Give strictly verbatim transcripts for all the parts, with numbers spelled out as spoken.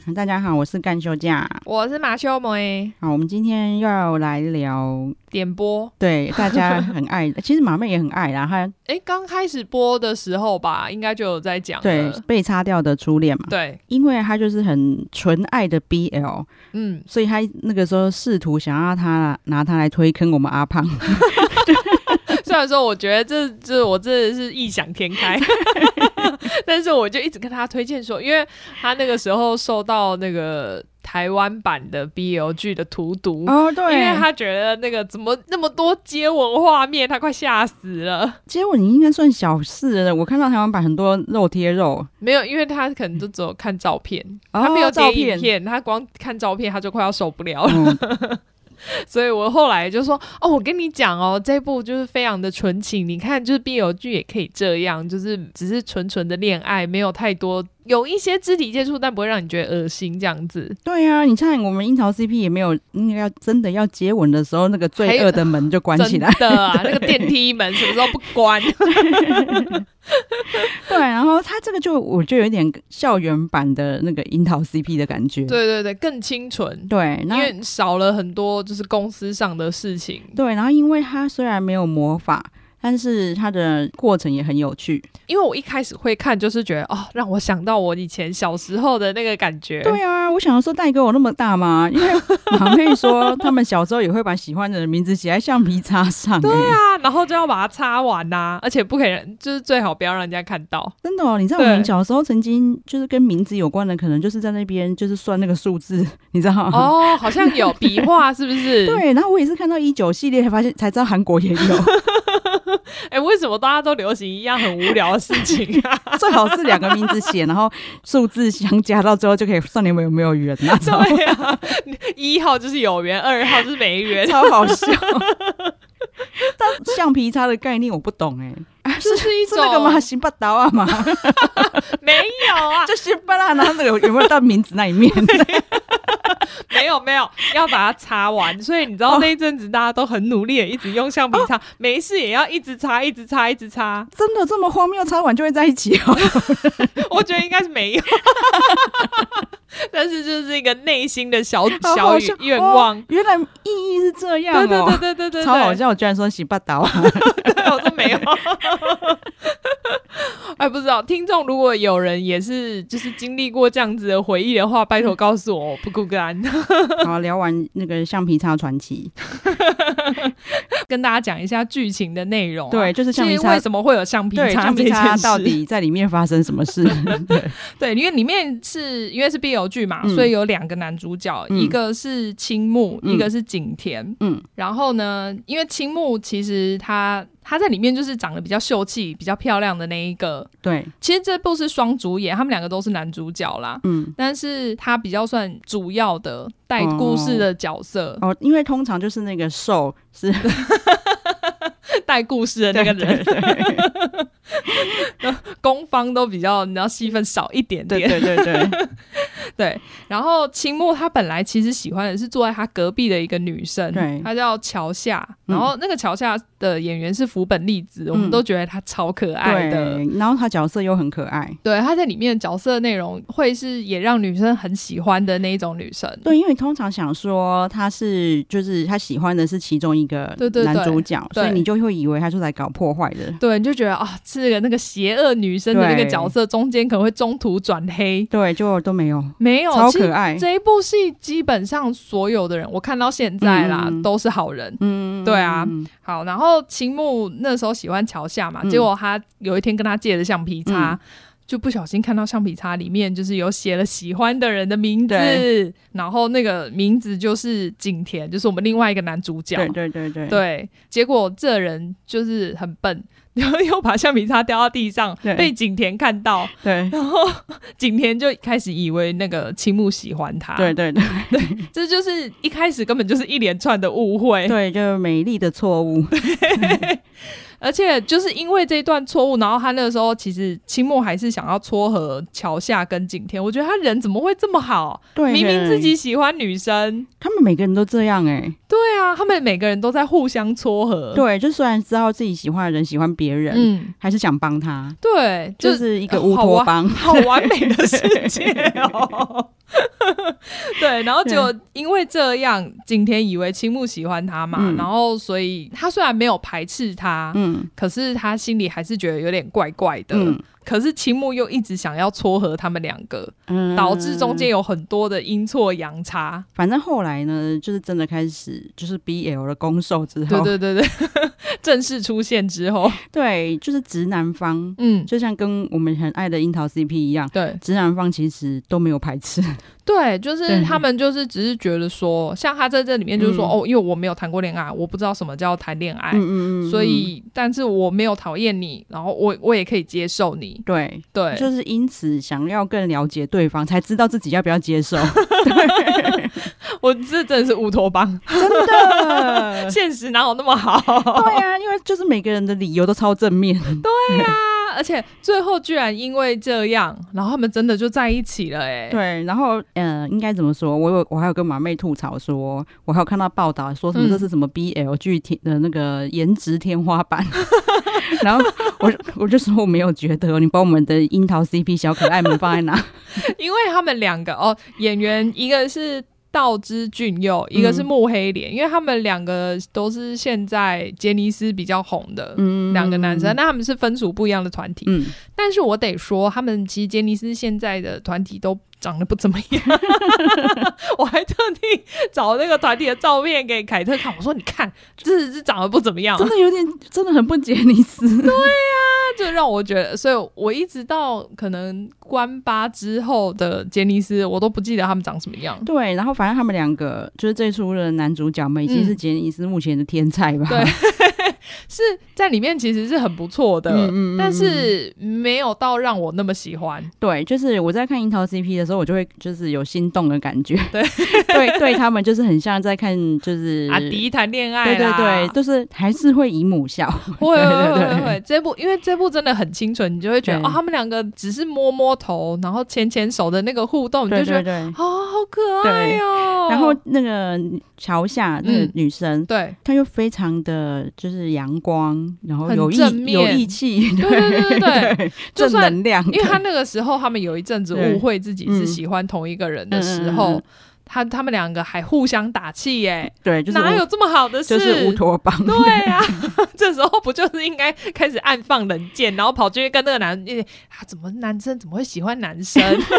大家好，我是干休假， 我是马修梅。 好，我们今天要来聊点播， 对大家很爱其实马妹也很爱啦，她哎，刚开始播的时候吧，应该就有在讲了， 对被擦掉的初恋嘛， 对， 因为她就是很纯爱的 B L， 嗯，所以她那个时候试图想要她拿她来推坑我们阿胖虽然说我觉得这这我真的是异想天开但是我就一直跟他推荐说，因为他那个时候受到那个台湾版的 B L 剧的荼毒哦，对， 因为他觉得那个怎么那么多接吻画面，他快吓死了。 接吻应该算小事了，我看到台湾版很多肉贴肉， 没有，因为他可能就只有看照片， 哦、 他没有点影片，他光看照片他就快要受不了了、嗯所以我后来就说哦，我跟你讲哦，这部就是非常的纯情，你看就是 B L 剧也可以这样，就是只是纯纯的恋爱，没有太多，有一些肢体接触但不会让你觉得恶心这样子。 对啊，你看我们樱桃 C P 也没有那个要真的要接吻的时候那个罪恶的门就关起来， 真的啊那个电梯门什么时候不关对，然后他这个就我就有点校园版的那个樱桃 C P 的感觉， 对对对，更清纯， 对， 因为少了很多就是公司上的事情。 对，然后因为他虽然没有魔法，但是它的过程也很有趣。 因为我一开始会看就是觉得哦，让我想到我以前小时候的那个感觉。 对啊，我想说代沟有那么大吗？因为马妹说他们小时候也会把喜欢的人名字写在橡皮擦上、欸、 对啊，然后就要把它擦完啊，而且不可以，就是最好不要让人家看到。 真的哦，你知道我们小时候曾经就是跟名字有关的，可能就是在那边就是算那个数字，你知道吗？ 哦，好像有笔画是不是？ 对，然后我也是看到一九系列才发现才知道韩国也有哎、欸，为什么大家都流行一样很无聊的事情啊？ 最好是两个名字写，然后数字相加到最后就可以算你们有没有缘啊。 对啊，一号就是有缘，二号就是没缘， 超好笑。但橡皮擦的概念我不懂哎、欸， 这是一种是那个吗？辛巴达啊吗？ 没有啊， 就辛巴达，然后那个有没有到名字那一面？ 没有没有，要把它擦完。所以你知道那一阵子大家都很努力的一直用橡皮擦、哦、没事也要一直擦一直擦一直擦。 真的这么荒谬？擦完就会在一起哦？ 我觉得应该是没有但是就是一个内心的小小愿望、哦、 原来意义是这样哦。 对对对对对对， 超好笑。我居然说辛巴达啊对，我说没有哎，不知道听众如果有人也是就是经历过这样子的回忆的话，拜托告诉我，不孤单好，聊完那个橡皮擦传奇跟大家讲一下剧情的内容、啊、 对，就是橡皮擦为什么会有橡皮擦， 橡皮擦到底在里面发生什么事对, 对，因为里面是因为是 B L 剧嘛、嗯、所以有两个男主角、嗯、一个是青木、嗯、一个是景田。嗯，然后呢因为青木其实他他在里面就是长得比较秀气比较漂亮的那一个。 对， 其实这部是双主演，他们两个都是男主角啦。嗯，但是他比较算主要的带故事的角色。 哦，哦因为通常就是那个受是带故事的那个人，对对对攻方都比较你知道戏份少一点点。 对对对对对，然后青木他本来其实喜欢的是坐在他隔壁的一个女生，对，她叫桥下、嗯、然后那个桥下的演员是福本莉子、嗯、我们都觉得她超可爱的， 对，然后她角色又很可爱。 对，她在里面的角色内容会是也让女生很喜欢的那一种女生。 对，因为通常想说她是就是她喜欢的是其中一个男主角，对对对，所以你就会以为她是来搞破坏的。 对，你就觉得啊，是个那个邪恶女生的那个角色中间可能会中途转黑。 对，就都没有没有， 超可爱。 这一部戏基本上所有的人我看到现在啦、嗯、都是好人。嗯，对啊、嗯、好，然后青木那时候喜欢桥下嘛、嗯、结果他有一天跟他借的橡皮擦、嗯、就不小心看到橡皮擦里面就是有写了喜欢的人的名字，然后那个名字就是景田，就是我们另外一个男主角。 对对对对对，结果这人就是很笨，然后又把橡皮擦掉到地上，被景田看到，对，然后景田就开始以为那个青木喜欢他。 对对对对，这就是一开始根本就是一连串的误会。 对，就是美丽的错误。 而且就是因为这一段错误，然后他那个时候其实青木还是想要撮合桥下跟景田，我觉得他人怎么会这么好？对，明明自己喜欢女生， 他们每个人都这样哎、欸。 对啊，他们每个人都在互相撮合。 对，就虽然知道自己喜欢的人喜欢别人，嗯，还是想帮他。 对， 就、就是一个乌托邦， 好完美的世界哦。对，然后就因为这样，景田以为青木喜欢他嘛、嗯，然后所以他虽然没有排斥他，嗯，可是他心里还是觉得有点怪怪的。嗯，可是青木又一直想要撮合他们两个、嗯、导致中间有很多的阴错阳差。 反正后来呢，就是真的开始就是 B L 的攻受之后， 对对对对正式出现之后， 对，就是直男方，嗯，就像跟我们很爱的樱桃 C P 一样，对，直男方其实都没有排斥。 对，就是他们就是只是觉得说，像他在这里面就是说、嗯、哦，因为我没有谈过恋爱，我不知道什么叫谈恋爱，嗯嗯嗯，所以但是我没有讨厌你，然后我我也可以接受你。对对， 就是因此想要更了解对方，才知道自己要不要接受。对， 我这真的是乌托邦， 真的， 现实哪有那么好？ 对啊，因为就是每个人的理由都超正面。 对啊，而且最后居然因为这样，然后他们真的就在一起了。哎， 对，然后呃，应该怎么说？我有我还有跟马妹吐槽说，我还有看到报道说什么这是什么 B L 剧的那个颜值天花板。然后我我就说我没有觉得，你把我们的樱桃 C P 小可爱们放在哪？ 因为他们两个哦，演员一个是道之俊佑，一个是木黑莲、嗯、因为他们两个都是现在杰尼斯比较红的两个男生、嗯、那他们是分属不一样的团体、嗯、但是我得说他们其实杰尼斯现在的团体都长得不怎么样。我还特地找那个团体的照片给凯特看，我说你看这是长得不怎么样， 真的有点真的很不杰尼斯。 对啊，就让我觉得，所以我一直到可能关八之后的杰尼斯我都不记得他们长什么样。 对，然后反正他们两个就是这出的男主角们已经是杰尼斯目前的天才吧、嗯、 对。是在里面其实是很不错的、嗯嗯嗯、但是没有到让我那么喜欢。 对，就是我在看樱桃 C P 的时候我就会就是有心动的感觉。对对对，他们就是很像在看就是阿迪谈恋爱啦。 对对对，就是还是会以母笑。 会会会会，这部因为这部真的很清纯，你就会觉得哦，他们两个只是摸摸头然后牵牵手的那个互动，你就觉得对对对、哦、好可爱哦。 然后那个桥下那个女生、嗯、对，她又非常的就是阳光，然后有义有义气， 对对对对对， 正能量。 因为他那个时候他们有一阵子误会自己是喜欢同一个人的时候、嗯、他他们两个还互相打气耶。 对，就是哪有这么好的事， 就是乌托邦。 对啊，这时候不就是应该开始暗放冷箭，然后跑去跟那个男人、欸、他怎么男生怎么会喜欢男生？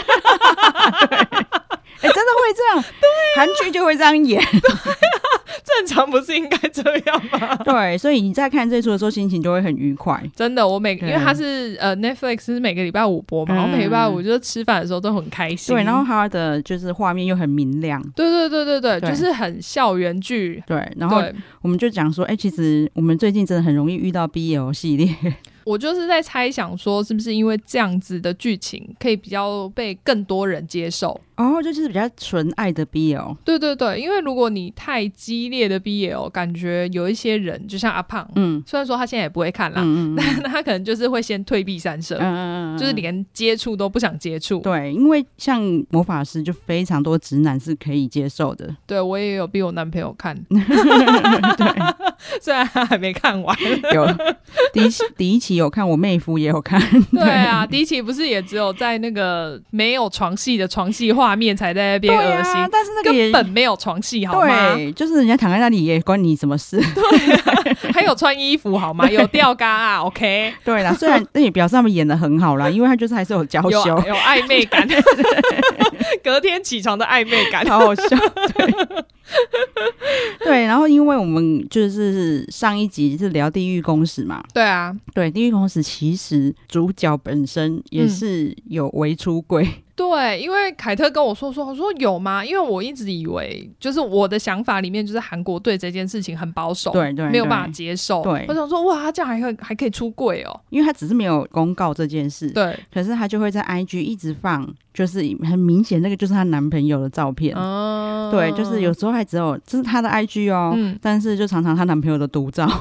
哎、欸，真的会这样，对、啊，韩剧就会这样演， 对啊，正常不是应该这样吗？ 对，所以你在看这出的时候，心情就会很愉快。 真的，我每因为它是呃 Netflix 是每个礼拜五播嘛，嗯、然后每个礼拜五就是吃饭的时候都很开心。 对，然后它的就是画面又很明亮。 对对对对 对, 对，就是很校园剧。 对，然后我们就讲说，哎、欸，其实我们最近真的很容易遇到 B L 系列。 我就是在猜想说是不是因为这样子的剧情可以比较被更多人接受哦，就是比较纯爱的 B L。 对对对，因为如果你太激烈的 B L 感觉有一些人就像阿胖，嗯，虽然说他现在也不会看啦，嗯嗯嗯，但他可能就是会先退避三舍，嗯嗯嗯，就是连接触都不想接触。 对，因为像魔法师就非常多直男是可以接受的。 对，我也有逼我男朋友看。对，虽然他还没看完。 有第一期第一期有看，我妹夫也有看。 对啊，第一期不是也只有在那个没有床戏的床戏画面才在那边恶心、啊、 但是那个也根本没有床戏好吗？ 对，就是人家躺在那里也关你什么事。 对啊，还有穿衣服好吗？有吊嘎啊OK。 对啦，虽然那也表示他们演得很好啦，因为他就是还是有娇羞，有有暧昧感。隔天起床的暧昧感好好笑。对对，然后因为我们就是上一集是聊地狱公使嘛。 对啊， 对，地狱公使其实主角本身也是有微出柜、嗯， 对，因为凯特跟我说说，我说有吗？因为我一直以为，就是我的想法里面，就是韩国对这件事情很保守，对 对, 对，没有办法接受。对，我想说，哇，他这样还可以还可以出柜哦， 因为他只是没有公告这件事，对，可是他就会在 I G 一直放，就是很明显那个就是她男朋友的照片，哦，对，就是有时候还只有这是他的 I G 哦、嗯，但是就常常她男朋友的独照。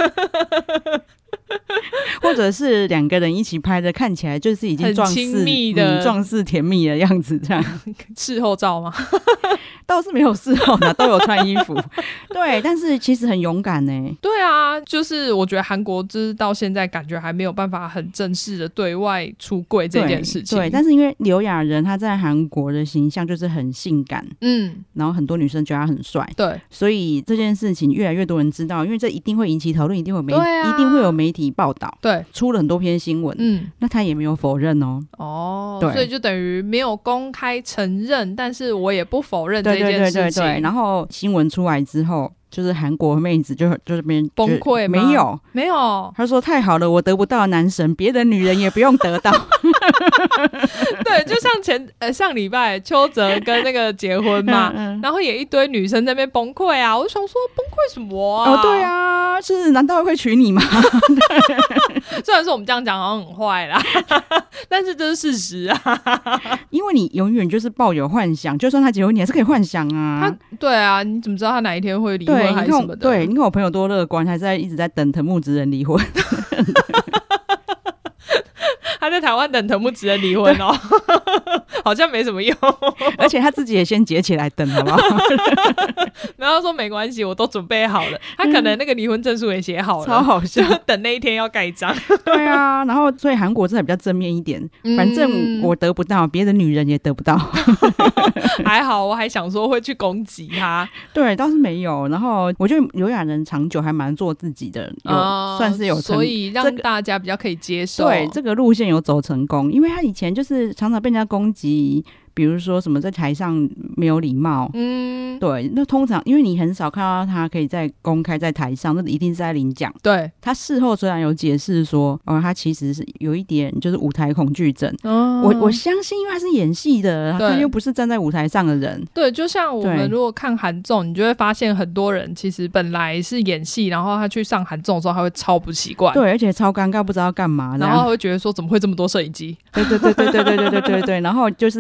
或者是两个人一起拍的，看起来就是已经壮士很亲密的、 嗯、壮士甜蜜的样子，这样。 事后照吗？ 倒是没有事后呢，都有穿衣服。对，但是其实很勇敢呢。 对啊，就是我觉得韩国就是到现在感觉还没有办法很正式的对外出柜这件事情。 对，对，但是因为刘亚仁他在韩国的形象就是很性感，嗯，然后很多女生觉得他很帅， 对， 所以这件事情越来越多人知道，因为这一定会引起讨论，一定会有媒、啊、一定会有媒体报道， 对， 出了很多篇新闻，嗯，那他也没有否认哦。 哦，对，所以就等于没有公开承认，但是我也不否认这件事情。对对对对对， 然后新闻出来之后，就是韩国妹子就就这边崩溃吗？ 没有没有， 他说太好了，我得不到男神，别的女人也不用得到。 对，就像前呃上礼拜邱泽跟那个结婚嘛，嗯嗯然后也一堆女生在那边崩溃啊，我就想说崩溃什么啊？ 哦，对啊，是难道会娶你吗？ 虽然说我们这样讲好像很坏啦，但是这是事实啊。 因为你永远就是抱有幻想，就算他结婚，你还是可以幻想啊。 他对啊，你怎么知道他哪一天会离婚还是什么的？ 对，你看我朋友多乐观，还在一直在等藤木直人离婚。 他在台湾等藤木直人离婚哦，好像没什么用。 而且他自己也先结起来等，好不好？ 然后说没关系，我都准备好了。他可能那个离婚证书也写好了， 超好笑， 就等那一天要盖章。 对啊，然后所以韩国真的比较正面一点，反正我得不到，别的女人也得不到。 还好，我还想说会去攻击他， 对，倒是没有。然后我觉得刘亚仁长久还蛮做自己的，有、呃、算是有成， 所以让大家比较可以接受。 对，这个路线有走成功，因为他以前就是常常被人家攻击。比如说什么在台上没有礼貌，嗯，对，那通常因为你很少看到他可以在公开在台上，那一定是在领奖。 对， 他事后虽然有解释说，哦，他其实是有一点就是舞台恐惧症。哦，我我相信，因为他是演戏的，他又不是站在舞台上的人。 对，就像我们如果看韩综，你就会发现很多人其实本来是演戏，然后他去上韩综的时候，他会超不习惯， 对，而且超尴尬，不知道要干嘛， 然后他会觉得说怎么会这么多摄影机？ 对对对对对对对对对对，然后就是。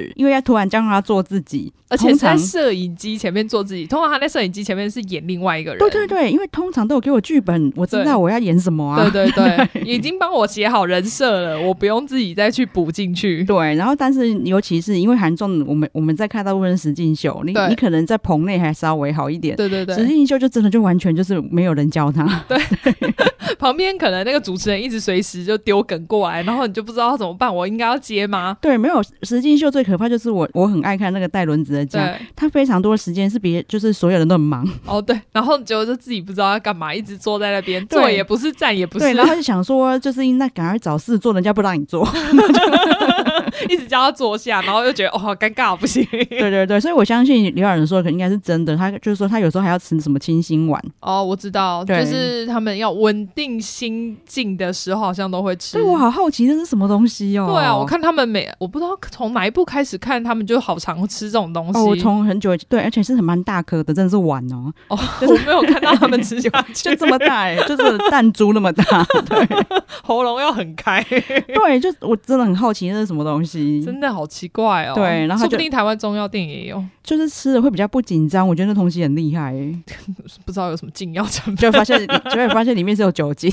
因为要突然叫他做自己， 而且是在摄影机前面做自己。通常他在摄影机前面是演另外一个人。 对对对，因为通常都有给我剧本，我知道我要演什么啊。 对对对，已经帮我写好人设了，我不用自己再去补进去。 对，然后但是尤其是因为韩综，我们我们在看大部分实境秀，你你可能在棚内还稍微好一点。 对对对， 实境秀就真的就完全就是没有人教他。 对，旁边可能那个主持人一直随时就丢梗过来，然后你就不知道怎么办，我应该要接吗？ 对，没有实境秀最可怕就是我我很爱看那个带轮子的家，他非常多的时间是别就是所有人都很忙哦，对，然后结果就自己不知道要干嘛，一直坐在那边，坐也不是，站也不是， 对，然后就想说就是那赶快找事做，人家不让你做， 一直叫他坐下，然后又觉得哦好尴尬，不行。 对对对，所以我相信刘亚仁说的可能应该是真的，他就是说他有时候还要吃什么清心丸。 哦，我知道，就是他们要稳定心境的时候，好像都会吃。 对，我好好奇这是什么东西哦。 对啊，我看他们每我不知道从哪一部开始看，他们就好常吃这种东西。 哦，我从很久对，而且是很蛮大颗的，真的是丸哦。 哦，就是、我没有看到他们吃下去， 就这么大、欸，就是弹珠那么大，对， 喉咙要很开。 对，就我真的很好奇那是什么东西， 真的好奇怪哦。 对，然后说不定台湾中药店也有， 就是吃了会比较不紧张。我觉得那东西很厉害、欸， 不知道有什么禁药成分， 就会发现就会发现里面是有酒精。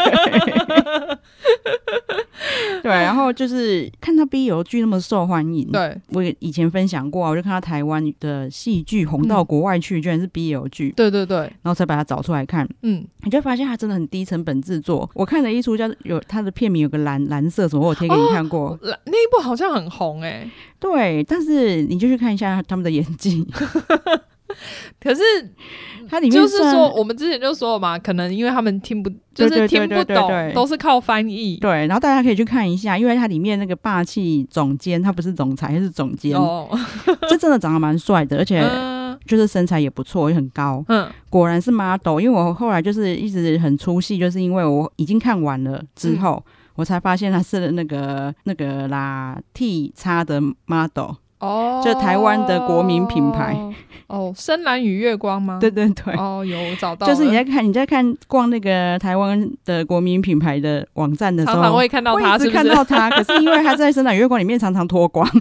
对，然后就是看到 B L 剧那么受欢迎， 对， 我以前分享过，我就看到台湾的戏剧红到国外去，嗯、居然是 B L 剧， 对对对， 然后才把它找出来看，嗯，你就发现它真的很低成本制作。我看了一出叫有它的片名有个蓝蓝色什么，我有贴给你看过， 哦、那一部好像很红哎、欸， 对，但是你就去看一下他们的演技。 可是它里面就是说，我们之前就说了嘛，可能因为他们听不，就是听不懂，都是靠翻译。 对，然后大家可以去看一下，因为它里面那个霸气总监，他不是总裁，他是总监，哦，这真的长得蛮帅的，而且就是身材也不错，也很高。嗯，果然是 model。因为我后来就是一直很出戏，就是因为我已经看完了之后，嗯、我才发现他是那个那个啦 T 叉的 model。哦，就台湾的国民品牌哦，深蓝与月光吗？ 对对对， 哦，有我找到了， 就是你在看你在看逛那个台湾的国民品牌的网站的时候， 常常会看到他，是不是？ 看到他，可是因为他在深蓝与月光里面常常脱光，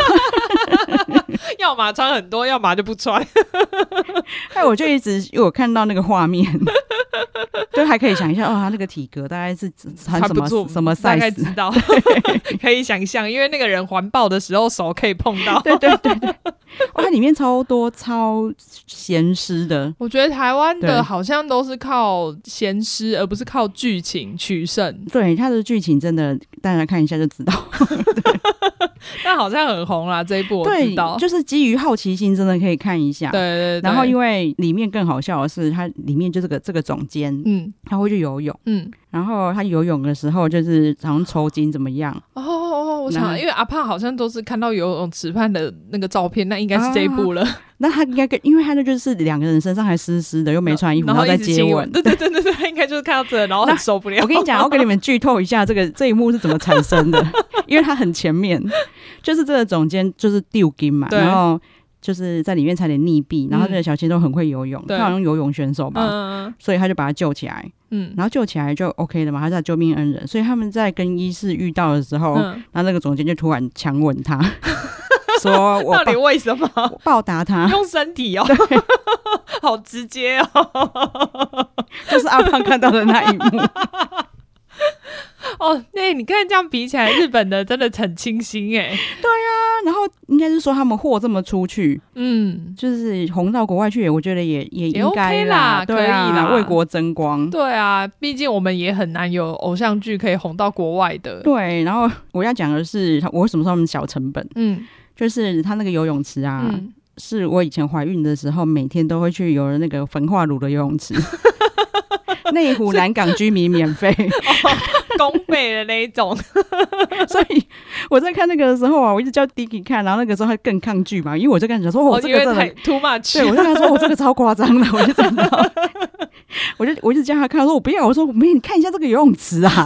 要么穿很多，要么就不穿。 哎，我就一直有看到那个画面，就就还可以想一下哦，他那个体格大概是穿什么什么 size， 大概知道可以想象，因为那个人环抱的时候手可以碰到。 对对对对，哇，它里面超多超咸湿的。 我觉得台湾的好像都是靠咸湿而不是靠剧情取胜。 对，它的剧情真的大家看一下就知道但好像很红啦，这一部我知道。 对，就是基于好奇心真的可以看一下。 对对对。 然后因为里面更好笑的是，它里面就这个这个总监，嗯，他会去游泳，嗯，然后他游泳的时候就是好像抽筋怎么样。 哦哦，我想因为阿胖好像都是看到游泳池畔的那个照片，那应该是这一部了。啊， 那他应该跟因为他那就是两个人身上还湿湿的，又没穿衣服，然后再接吻。 对对对对对，他应该就是看到这然后很受不了。 我跟你讲，我给你们剧透一下这个这一幕是怎么产生的，因为他很前面，就是这个总监就是丢金嘛，然后就是在里面差点溺毙，然后这个小鲜肉很会游泳，他好像游泳选手吧，嗯，所以他就把他救起来，嗯，然后救起来就 OK 了嘛，他是救命恩人，所以他们在更衣室遇到的时候，嗯，然后那个总监就突然强吻他。说我到底为什么我报答他用身体哦，好直接哦，就是阿胖看到的那一幕。 哦，那你看这样比起来，日本的真的很清新哎。 对啊，然后应该是说他们货这么出去，嗯，就是红到国外去，我觉得也也应该啦， 也 OK 啦，对啊，可以啦， 为国争光。 对啊，毕竟我们也很难有偶像剧可以红到国外的。 对，然后我要讲的是，我为什么说他们小成本？嗯。就是他那个游泳池啊，嗯，是我以前怀孕的时候每天都会去游的那个焚化炉的游泳池，内湖南港居民免费， 哦，公费的那一种。 所以我在看那个的时候啊，我一直叫 Dicky 看，然后那个时候他更抗拒嘛，因为我就跟他讲说，哦，这个真的 too much， 对，我就跟他说，我这个超夸张的，我就真的，我就我一直叫他看，说我不要，我说没，你看一下这个游泳池啊。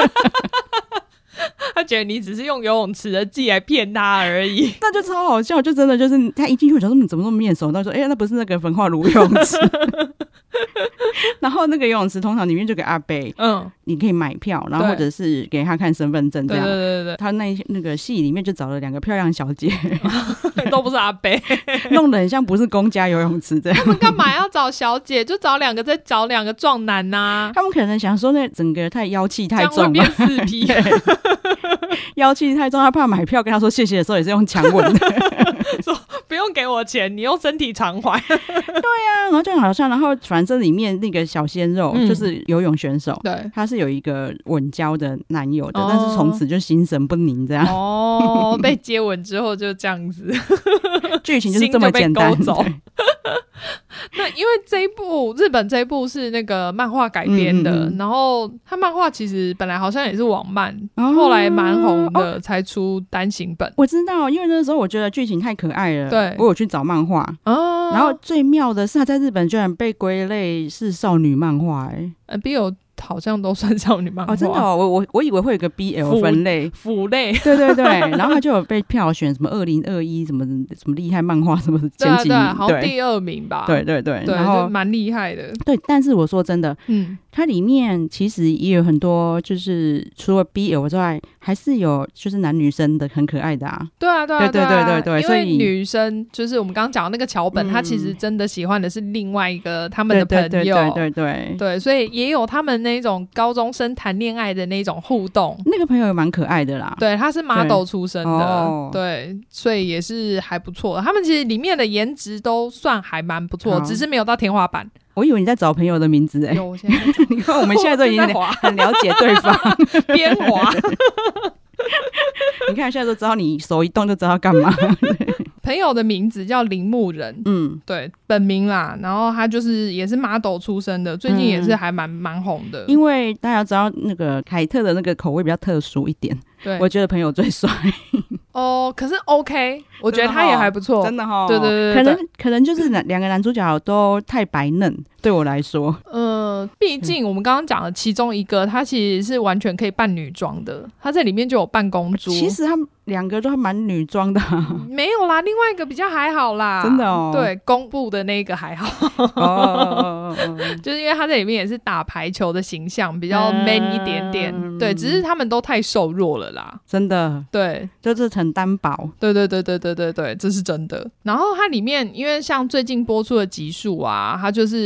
他觉得你只是用游泳池的技来骗他而已， 那就超好笑，就真的就是他一进去我想说你怎么那么面熟，他说哎、欸，那不是那个焚化炉游泳池。然后那个游泳池通常里面就给阿伯，嗯，你可以买票，然后或者是给他看身份证这样。对对对对，他那那个戏里面就找了两个漂亮小姐， 都不是阿伯， 弄得很像不是公家游泳池这样。 他们干嘛要找小姐？就找两个，再找两个壮男呐、啊。 他们可能想说那整个太妖气太重了， 这样会变四 P。 妖气太重，他怕买票跟他说谢谢的时候也是用强吻的。 说不用给我钱，你用身体偿还。对啊，然后就很好笑。然后反正里面那个小鲜肉、嗯、就是游泳选手，对，他是有一个稳交的男友的，哦、但是从此就心神不宁这样。 哦，被接吻之后就这样子， 剧情就是这么简单。 走。那因为这一部日本这一部是那个漫画改编的，嗯嗯嗯，然后他漫画其实本来好像也是网漫，哦、后来蛮红的，哦，才出单行本。 我知道，因为那时候我觉得剧情太可爱了，对，我有去找漫画，哦，然后最妙的是他在日本居然被归类是少女漫画，哎， 呃，比有。好像都算少女漫画哦，真的哦，我我我以为会有一个 B L 分类， 腐类， 对对对，然后他就有被票选什么二零二一什么什么厉害漫画什么前几名， 对啊，好像第二名吧， 对对对， 对， 然后蛮厉害的， 对，但是我说真的，嗯，它里面其实也有很多，就是除了 B L 之外，还是有就是男女生的很可爱的啊， 对啊对啊对对对对， 因为女生就是我们刚刚讲的那个桥本，她、嗯、其实真的喜欢的是另外一个他们的朋友， 对对对对对对，所以也有他们那种高中生谈恋爱的那种互动， 那个朋友也蛮可爱的啦。 对，他是 model 出身的，哦，对，所以也是还不错的。他们其实里面的颜值都算还蛮不错，只是没有到天花板。 我以为你在找朋友的名字哎，欸， 有，我现在你看我们现在都已经很了解对方， 边滑。 你看现在都知道你手一动就知道干嘛。 朋友的名字叫铃木人，嗯，对，本名啦，然后他就是也是 model 出身的，最近也是还蛮蛮红的。 因为大家知道那个凯特的那个口味比较特殊一点，对，我觉得朋友最帅。 哦，可是 OK， 我觉得他也还不错， 真的哈， 对对 对, 对， 可能可能就是两个男主角都太白嫩，对我来说， 呃，毕竟我们刚刚讲的其中一个，他其实是完全可以扮女装的，他在里面就有扮公主。 其实他们两个都蛮女装的，啊， 没有啦，另外一个比较还好啦， 真的哦， 对，公布的那个还好，哦，就是因为他在里面也是打排球的形象，比较 man 一点点，嗯，对，只是他们都太瘦弱了啦， 真的， 对， 就是很单薄， 对对对对对对对，这是真的。然后它里面因为像最近播出的集数啊，它就是比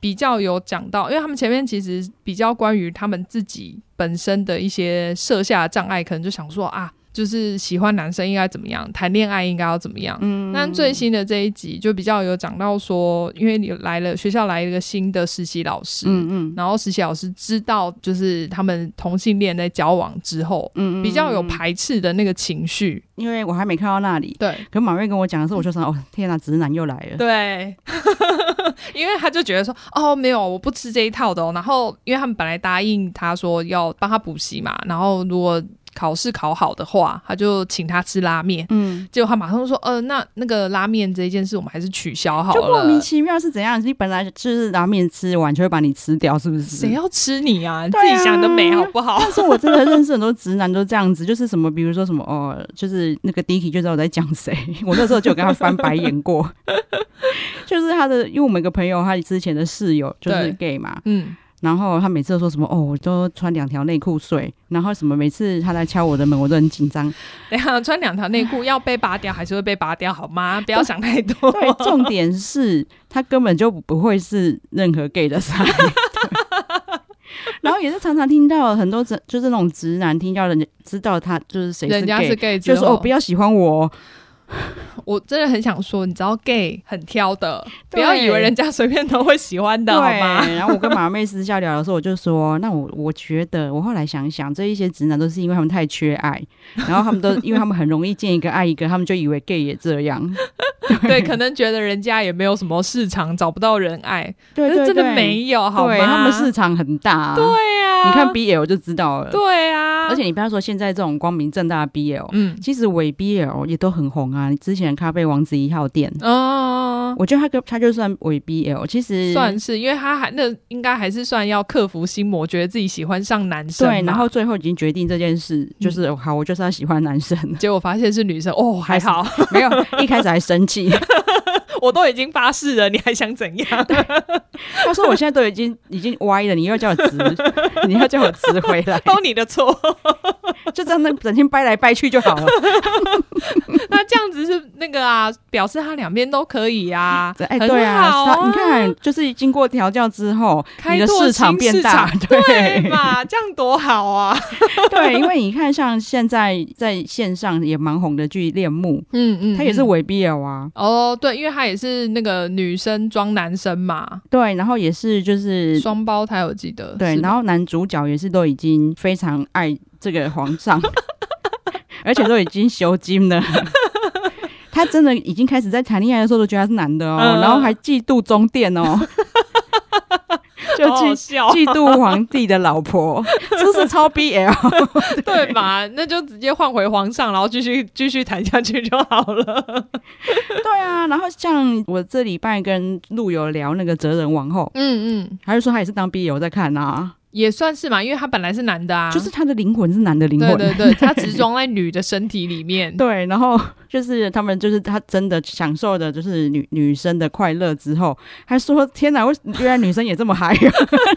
比较有讲到，因为他们前面其实比较关于他们自己本身的一些设下的障碍，可能就想说啊，就是喜欢男生应该怎么样，谈恋爱应该要怎么样。嗯，但最新的这一集就比较有讲到说，因为你来了学校来了一个新的实习老师，嗯嗯，然后实习老师知道就是他们同性恋在交往之后，嗯嗯，比较有排斥的那个情绪。 因为我还没看到那里， 对， 可马妹跟我讲的时候，我就说哦，天哪，直男又来了。 对，因为他就觉得说，哦，没有，我不吃这一套的哦。然后，因为他们本来答应他说要帮他补习嘛，然后如果考试考好的话，他就请他吃拉面。嗯，结果他马上就说，呃，那那个拉面这一件事，我们还是取消好了。 就莫名其妙是怎样？你本来就是拉面吃完就会把你吃掉，是不是？ 谁要吃你啊？你自己想得美好不好？ 但是我真的认识很多直男都这样子，就是什么，比如说什么哦，就是那个 Dicky 就知道我在讲谁。我那时候就有跟他翻白眼过，就是他的，因为我们有个朋友，他之前的室友就是 gay 嘛，嗯。然后他每次都说什么哦，我都穿两条内裤睡，然后什么每次他来敲我的门，我都很紧张。 等一下穿两条内裤要被拔掉还是会被拔掉好吗？不要想太多。 对，重点是他根本就不会是任何 gay 的菜。然后也是常常听到很多就是那种直男听到人家知道他就是谁是 gay， 人家是 gay 就说哦不要喜欢我。 我真的很想说，你知道 gay 很挑的，不要以为人家随便都会喜欢的好吗？ 然后我跟马妹私下聊的时候，我就说，那我我觉得我后来想想，这一些直男都是因为他们太缺爱，然后他们都因为他们很容易见一个爱一个，他们就以为 gay 也这样。 对, 对，可能觉得人家也没有什么市场，找不到人爱。 对对对， 真的没有好吗？ 对，他们市场很大。 对啊， 你看 B L 就知道了。 对啊， 而且你不要说现在这种光明正大的 B L， 嗯，其实伪 B L 也都很红啊。之前咖啡王子一号店，哦，我觉得他跟他就算伪 B L， 其实算是，因为他还那应该还是算要克服心魔，觉得自己喜欢上男生嘛。 对，然后最后已经决定这件事，就是、嗯、好，我就是要喜欢男生。 结果发现是女生，哦，还好， 没有，一开始还生气。 我都已经发誓了，你还想怎样？ 他说我现在都已经已经歪了，你又要叫我直，你要叫我直回来， 都你的错， 就这样整天掰来掰去就好了。 那这样子是那个啊，表示他两边都可以啊。 哎、欸，对啊，你看，就是经过调教之后，你的市场变大， 对, 对嘛？这样多好啊！ 对，因为你看，像现在在线上也蛮红的剧《恋慕》，嗯嗯，他也是伪 B L 啊。 哦，对，因为他也是那个女生装男生嘛。 对，然后也是就是双胞胎，我记得。 对，然后男主角也是都已经非常爱这个皇上，而且都已经修经了。他真的已经开始在谈恋爱的时候都觉得他是男的哦，嗯、然后还嫉妒中殿哦。就嫉妒皇帝的老婆，这是超 B L 对吧？那就直接换回皇上，然后继续继续谈下去就好了。 对啊，然后像我这礼拜跟陆游聊那个哲人王后，嗯嗯，他就说他也是当 B L 在看啊。 也算是嘛，因为他本来是男的啊， 就是他的灵魂是男的灵魂， 对对对，他只是装在女的身体里面。 对，然后就是他们就是他真的享受的就是女女生的快乐之后，还说天哪，原来女生也这么嗨啊！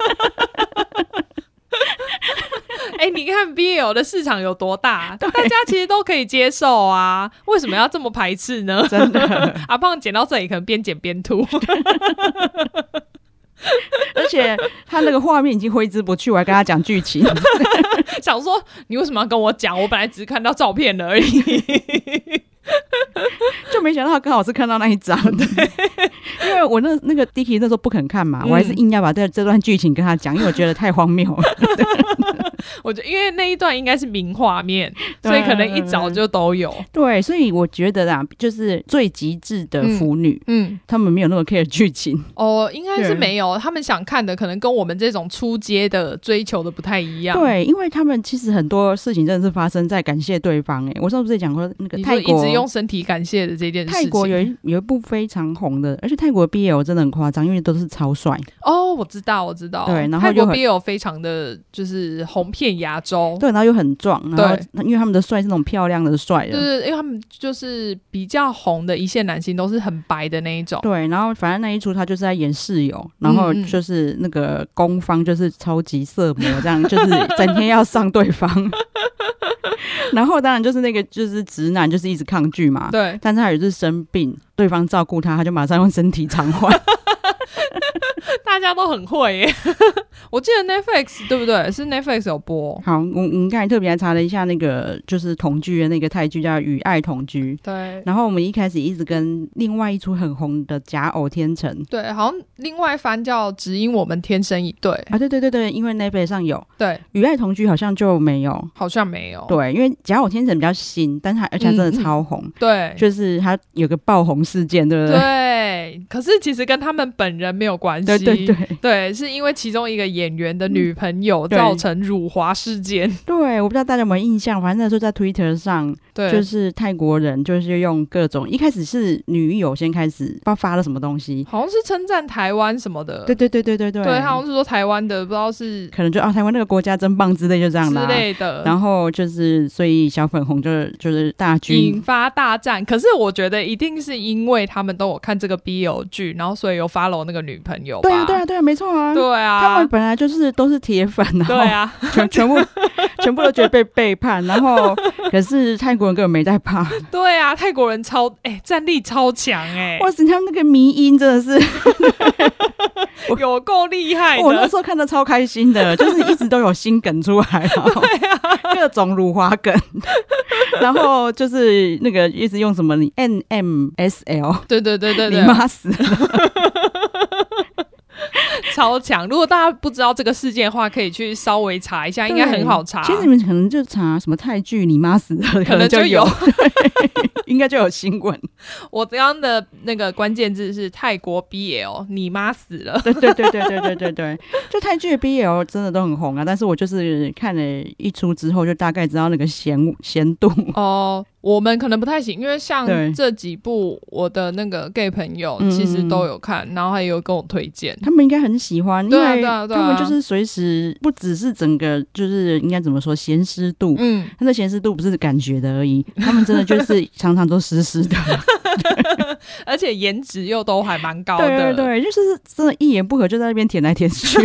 哎、欸，你看 B L 的市场有多大，大家其实都可以接受啊，为什么要这么排斥呢？ 真的， 阿胖剪到这里可能边剪边吐。 而且他那个画面已经挥之不去，我还跟他讲剧情， 想说你为什么要跟我讲？我本来只是看到照片了而已， 就没想到他刚好是看到那一张。对，因为我那那个 Dicky 那时候不肯看嘛，嗯、我还是硬要把这这段剧情跟他讲，因为我觉得太荒谬了。 我觉得因为那一段应该是名画面，所以可能一早就都有。 对，所以我觉得啦，就是最极致的腐女，嗯，嗯他们没有那么 care 剧情。 哦，应该是没有，他们想看的可能跟我们这种出街的追求的不太一样。 对，因为他们其实很多事情真的是发生在感谢对方。哎、欸，我上次讲过那个泰国一直用身体感谢的这件事情。 泰国有一有一部非常红的，而且泰国的 B L 真的很夸张，因为都是超帅。 哦，我知道，我知道。 对，然后泰国 B L 非常的就是红遍亚洲。 对，然后又很壮，然后因为他们的帅是那种漂亮的帅的， 对，因为他们就是比较红的一线男星都是很白的那一种。 对，然后反正那一出他就是在演室友，然后就是那个攻方就是超级色魔这样，就是整天要上对方。然后当然就是那个就是直男就是一直抗拒嘛， 对， 但是他有一次生病，对方照顾他，他就马上用身体偿还。 大家都很会耶。我记得 Netflix 对不对？是 Netflix 有播。 好，我我们刚才特别还查了一下那个就是同居的那个泰剧叫《与爱同居》。 对。 然后我们一开始一直跟另外一出很红的《假偶天成》。 对，好像另外一番叫《只因我们天生一对》 啊，对对对对，因为 Netflix 上有。 对，《 与爱同居》好像就没有， 好像没有。 对，因为《假偶天成》比较新，但是它而且它真的超红。嗯、 对， 就是它有个爆红事件，对不对？ 对，可是其实跟他们本人没有关系。 对对对， 对，是因为其中一个演员的女朋友造成辱华事件。 对，我不知道大家有没有印象，反正那时候在 Twitter 上， 对， 就是泰国人就是用各种，一开始是女友先开始不知道发了什么东西， 好像是称赞台湾什么的。 对对对对对对， 对，好像是说台湾的不知道是可能就啊台湾那个国家真棒之类，就这样啦之类的。 然后就是所以小粉红就是就是大军引发大战。可是我觉得一定是因为他们都有看这个 B L 剧，然后所以有 follow 那个女朋友吧。 对啊对啊对啊，没错啊。 对啊， 他们本来就是都是铁粉，然后对啊， 全全部全部都觉得被背叛，然后可是泰国人根本没在怕。 对啊，泰国人超哎、欸、战力超强哎、欸， 哇塞，他们那个迷音真的是有够厉害的。 我那时候看得超开心的，就是一直都有新梗出来， 对啊， 各种辱华梗，然后就是那个一直用什么 N M S L， 对对对对对， 你妈死了。 超强！如果大家不知道这个事件的话，可以去稍微查一下，应该很好查。 其实你们可能就查什么泰剧你妈死了， 可能就有， 应该就有新闻。 我刚刚的那个关键字是泰国 B L， 你妈死了。 对对对对对对对对，就泰剧的 B L 真的都很红啊，但是我就是看了一出之后，就大概知道那个咸咸度哦。我们可能不太行，因为像这几部我的那个 gay 朋友其实都有看，嗯、然后还有跟我推荐， 他们应该很喜欢，因为他们就是随时不只是整个就是应该怎么说咸湿度，嗯，他的咸湿度不是感觉的而已，他们真的就是常常都湿湿的， 而且颜值又都还蛮高的， 对对对，就是真的一言不合就在那边舔来舔去。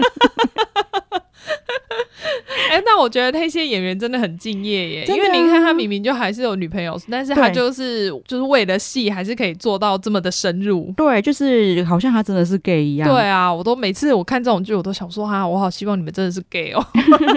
哎、欸，但我觉得那些演员真的很敬业耶，因为你看他明明就还是有女朋友，但是他就是就是为了戏还是可以做到这么的深入。 对，就是好像他真的是 gay 一样。 对啊，我都每次我看这种剧，我都想说哈，我好希望你们真的是 gay 哦。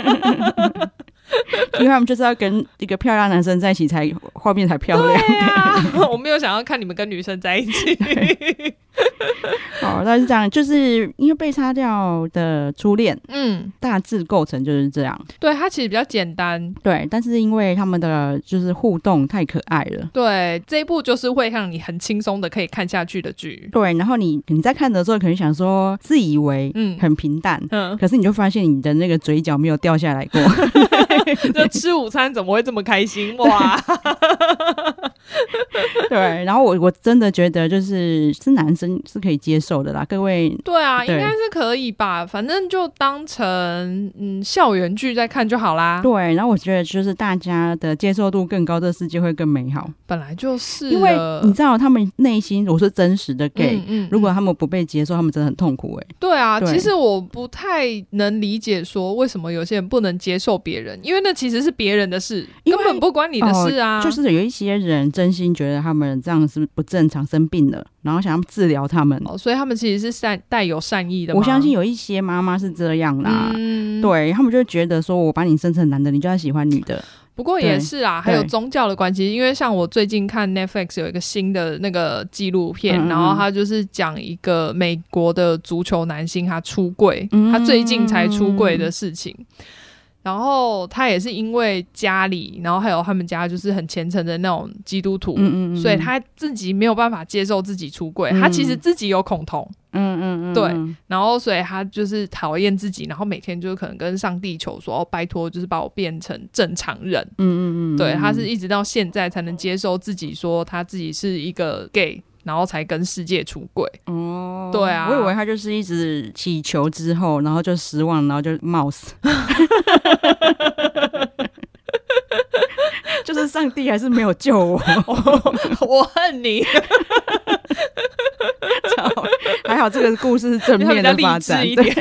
因为他们就是要跟一个漂亮男生在一起才画面才漂亮。 对啊，我没有想要看你们跟女生在一起。 好，那是这样，就是因为被杀掉的初恋，嗯，大致构成就是这样。 对，它其实比较简单， 对，但是因为他们的就是互动太可爱了， 对，这一部就是会让你很轻松的可以看下去的剧。 对，然后你你在看的时候可能想说自以为嗯很平淡，嗯，可是你就发现你的那个嘴角没有掉下来过。 就吃午餐怎么会这么开心哇？ 对，然后我我真的觉得就是是男生是可以接受的啦，各位。 对啊，对，应该是可以吧，反正就当成嗯校园剧在看就好啦。 对，然后我觉得就是大家的接受度更高，这世界会更美好。 本来就是因为你知道他们内心我是真实的 gay，嗯嗯嗯，如果他们不被接受，他们真的很痛苦哎、欸。 对啊，对，其实我不太能理解说为什么有些人不能接受别人，因为那其实是别人的事，根本不关你的事啊、哦。 就是有一些人真心觉得他们这样是不正常，生病了，然后想要治疗他们、 哦，所以他们其实是善带有善意的吗？ 我相信有一些妈妈是这样啦，嗯、对他们就觉得说我把你生成男的，你就要喜欢女的。 不过也是啊，还有宗教的关系，因为像我最近看 Netflix 有一个新的那个纪录片，嗯嗯，然后他就是讲一个美国的足球男星他出柜、嗯，他最近才出柜的事情。然后他也是因为家里，然后还有他们家就是很虔诚的那种基督徒，嗯嗯嗯，所以他自己没有办法接受自己出柜、嗯，他其实自己有恐同，嗯嗯嗯，对，然后所以他就是讨厌自己，然后每天就是可能跟上帝求说，哦，拜托，就是把我变成正常人，嗯嗯嗯，对，他是一直到现在才能接受自己说他自己是一个 gay。然后才跟世界出柜哦，对啊， 我以为他就是一直祈求之后，然后就失望，然后就冒死，就是上帝还是没有救我， 我恨你。 还好这个故事是正面的发展， 一点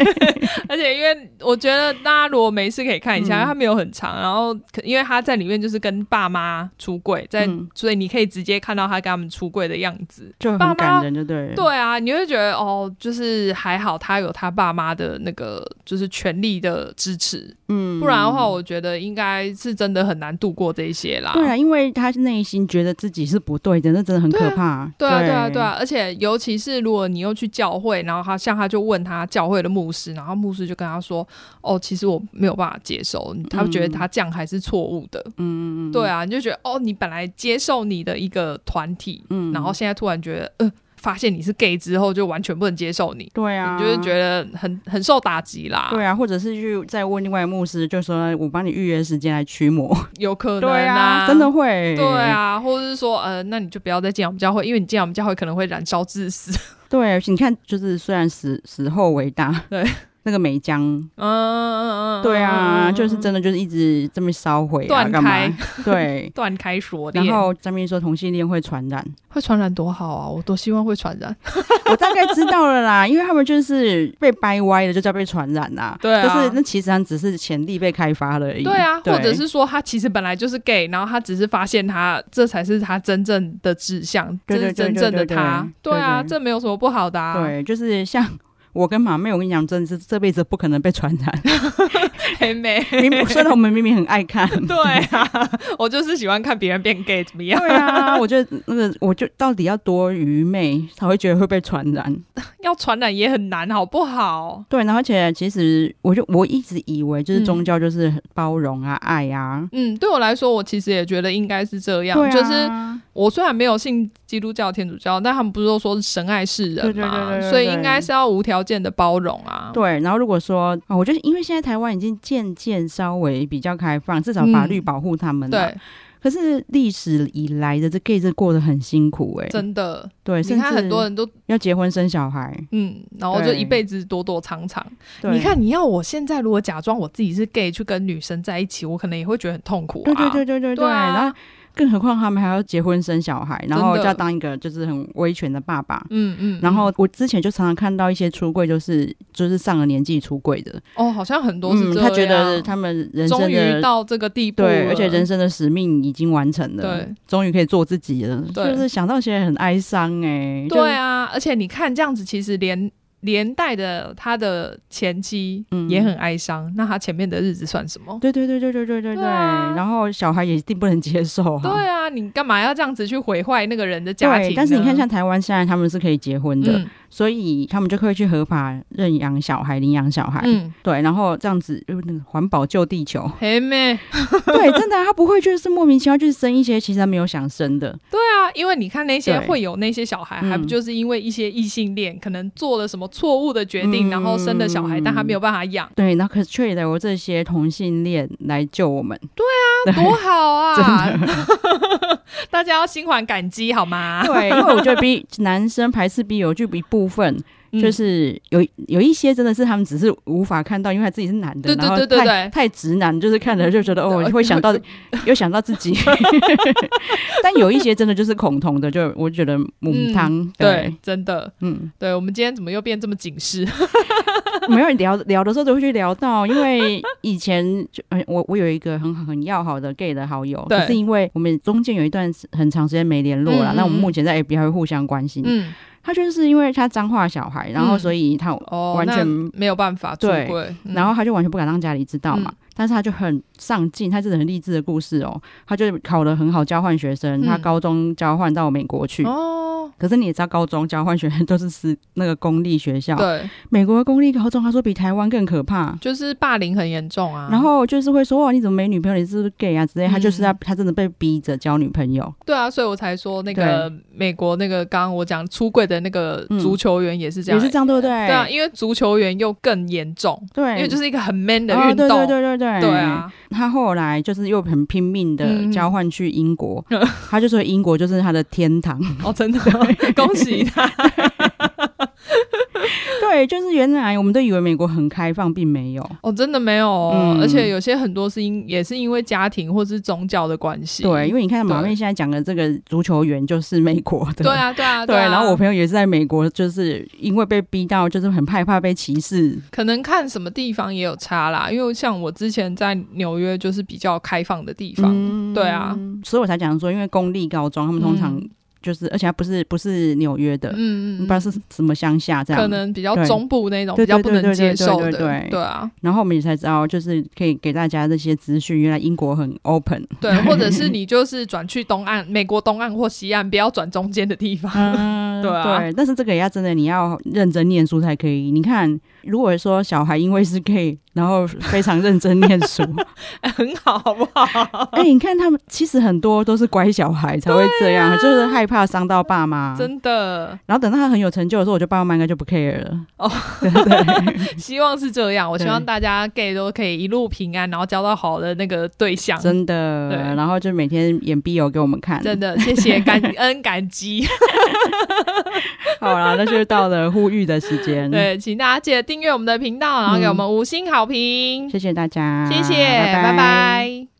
而且因为我觉得大家如果没事可以看一下，因为它没有很长，然后因为他在里面就是跟爸妈出柜，在、嗯、所以你可以直接看到他跟他们出柜的样子， 就很感人，就对了。 对啊，你会觉得哦，就是还好他有他爸妈的那个就是全力的支持，嗯，不然的话，我觉得应该是真的很难度过这些啦。 对啊，因为他内心觉得自己是不对的，那真的很可怕。 对啊，对啊，对啊，对啊，而且尤其是如果你又去教会，然后他像他就问他教会的牧师，然后牧师就跟他说：“哦，其实我没有办法接受，他觉得他这样还是错误的。”嗯嗯嗯，对啊，你就觉得哦，你本来接受你的一个团体，嗯，然后现在突然觉得，呃。发现你是 gay 之后就完全不能接受你， 对啊， 你就是觉得很很受打击啦。 对啊，或者是去再问另外一个牧师，就说我帮你预约时间来驱魔， 有可能、啊、 对啊，真的会， 对啊，或者是说呃，那你就不要再进我们教会，因为你进我们教会可能会燃烧致死。 对，你看，就是虽然死死后为大， 对。 那个美江，嗯嗯嗯，对啊，嗯、就是真的就是一直这么烧毁啊，干嘛？对， 断开锁链。 然后上面说同性恋会传染， 会传染多好啊！我多希望会传染。 我大概知道了啦，因为他们就是被掰歪了，就叫被传染啦。 对啊， 可是那其实上只是潜力被开发了而已。 对啊，对，或者是说他其实本来就是 gay， 然后他只是发现他这才是他真正的志向，这是真正的他。对啊，这没有什么不好的啊。 对，就是像。我跟马妹，我跟你讲，真的是这辈子不可能被传染。 黑妹， 虽然我们明明很爱看， 对啊，我就是喜欢看别人变 gay 怎么样？ 对啊，我觉得那个，我就到底要多愚昧才会觉得会被传染？ 要传染也很难，好不好？ 对，然后而且其实我就我一直以为就是宗教就是包容啊、嗯、爱啊。 嗯，对我来说，我其实也觉得应该是这样。 对啊、 就是我虽然没有信基督教、天主教，但他们不是都说是神爱世人嘛， 对对对对对对， 所以应该是要无条件的包容啊。 对，然后如果说、哦、我觉得因为现在台湾已经渐渐稍微比较开放，至少法律保护他们了、嗯、对。可是历史以来的这 gay 这过得很辛苦哎、欸， 真的。 对， 你看很多人都要结婚生小孩， 嗯，然后就一辈子躲躲藏藏。你看，你要我现在如果假装我自己是 gay 去跟女生在一起，我可能也会觉得很痛苦啊。 对对对对对对，对啊、然后。更何况他们还要结婚生小孩，然后就要当一个就是很威权的爸爸。嗯嗯。然后我之前就常常看到一些出柜，就是就是上了年纪出柜的。 哦，好像很多是这样。 嗯、他觉得他们人生的终于到这个地步了， 对，而且人生的使命已经完成了，对，终于可以做自己了。就是想到现在很哀伤哎、欸。 对啊，而且你看这样子，其实连。连带的他的前妻也很哀伤、嗯、那他前面的日子算什么？ 对对对对对对对对、啊、然后小孩也一定不能接受、啊、 对啊，你干嘛要这样子去毁坏那个人的家庭呢？ 对，但是你看像台湾现在他们是可以结婚的、嗯、所以他们就可以去合法认养小孩领养小孩、嗯、对，然后这样子那个环保救地球嘿妹对，真的他不会就是莫名其妙去生一些其实他没有想生的。 对啊，因为你看那些会有那些小孩还不就是因为一些异性恋、嗯、可能做了什么错误的决定、嗯、然后生了小孩但他没有办法养， 对，然后可是却由这些同性恋来救我们。 对啊，多好啊大家要心怀感激好吗？ 对，因为我觉得比男生排斥 B L 就一部分就是有有一些真的是他们只是无法看到，因为他自己是男的， 对对对对对， 然后太太直男，就是看了就觉得哦会想到又想到自己但有一些真的就是恐同的，就我觉得母汤、嗯、 对, 对真的嗯，对，我们今天怎么又变这么警示没有聊聊的时候都会去聊到，因为以前就我我有一个很很要好的 gay 的好友，可是因为我们中间有一段很长时间没联络了、嗯、那我们目前在 F B 还会互相关心。嗯，他就是因为他彰化小孩，然后所以他完全、 嗯哦、没有办法出柜、 嗯、然后他就完全不敢让家里知道嘛、嗯、但是他就很上进，他这是很励志的故事哦。他就考得很好，交换学生、嗯、他高中交换到美国去哦。可是你也知道高中交换学生都是私那个公立学校， 对， 美国的公立高中他说比台湾更可怕， 就是霸凌很严重啊， 然后就是会说哇你怎么没女朋友，你是不是 gay 啊之类、嗯、他就是他他真的被逼着交女朋友。 对啊，所以我才说那个美国那个刚刚我讲出柜的那个足球员也是这样、 嗯、也是这样对不对？ 对啊，因为足球员又更严重，对，因为就是一个很 man 的运动、 哦、对对对对对对啊， 他后来就是又很拼命的交换去英国、嗯、他就说英国就是他的天堂哦，真的恭喜他对， 对，就是原来我们都以为美国很开放，并没有哦，真的没有哦、 嗯、 而且有些很多是因也是因为家庭或是宗教的关系。 对，因为你看马妹现在讲的这个足球员就是美国的， 对啊对啊对, 对啊， 然后我朋友也是在美国，就是因为被逼到就是很害怕被歧视， 可能看什么地方也有差啦，因为像我之前在纽约就是比较开放的地方、嗯、对啊， 所以我才讲说因为公立高中他们通常、嗯就是，而且它不是不是纽约的，嗯嗯，不知道是什么乡下这样， 可能比较中部那种比较不能接受的，对对啊。 然后我们也才知道，就是可以给大家这些资讯，原来英国很 open， 对，或者是你就是转去东岸，美国东岸或西岸，不要转中间的地方，嗯、对啊。对， 但是这个也要真的你要认真念书才可以。你看，如果说小孩因为是 gay， 然后非常认真念书， 欸、很好，好不好？ 哎、欸，你看他们其实很多都是乖小孩才会这样，啊、就是害怕。怕伤到爸妈， 真的。 然后等到他很有成就的时候，我觉得爸爸妈妈应该就不 care 了。哦，对对，希望是这样。我希望大家 gay 都可以一路平安，然后交到好的那个对象。 真的，对，然后就每天演 B L 给我们看。 真的，谢谢，感恩感激。 好啦，那就到了呼吁的时间。 对，请大家记得订阅我们的频道，然后给我们五星好评。 嗯、谢谢大家， 谢谢，拜拜。拜拜。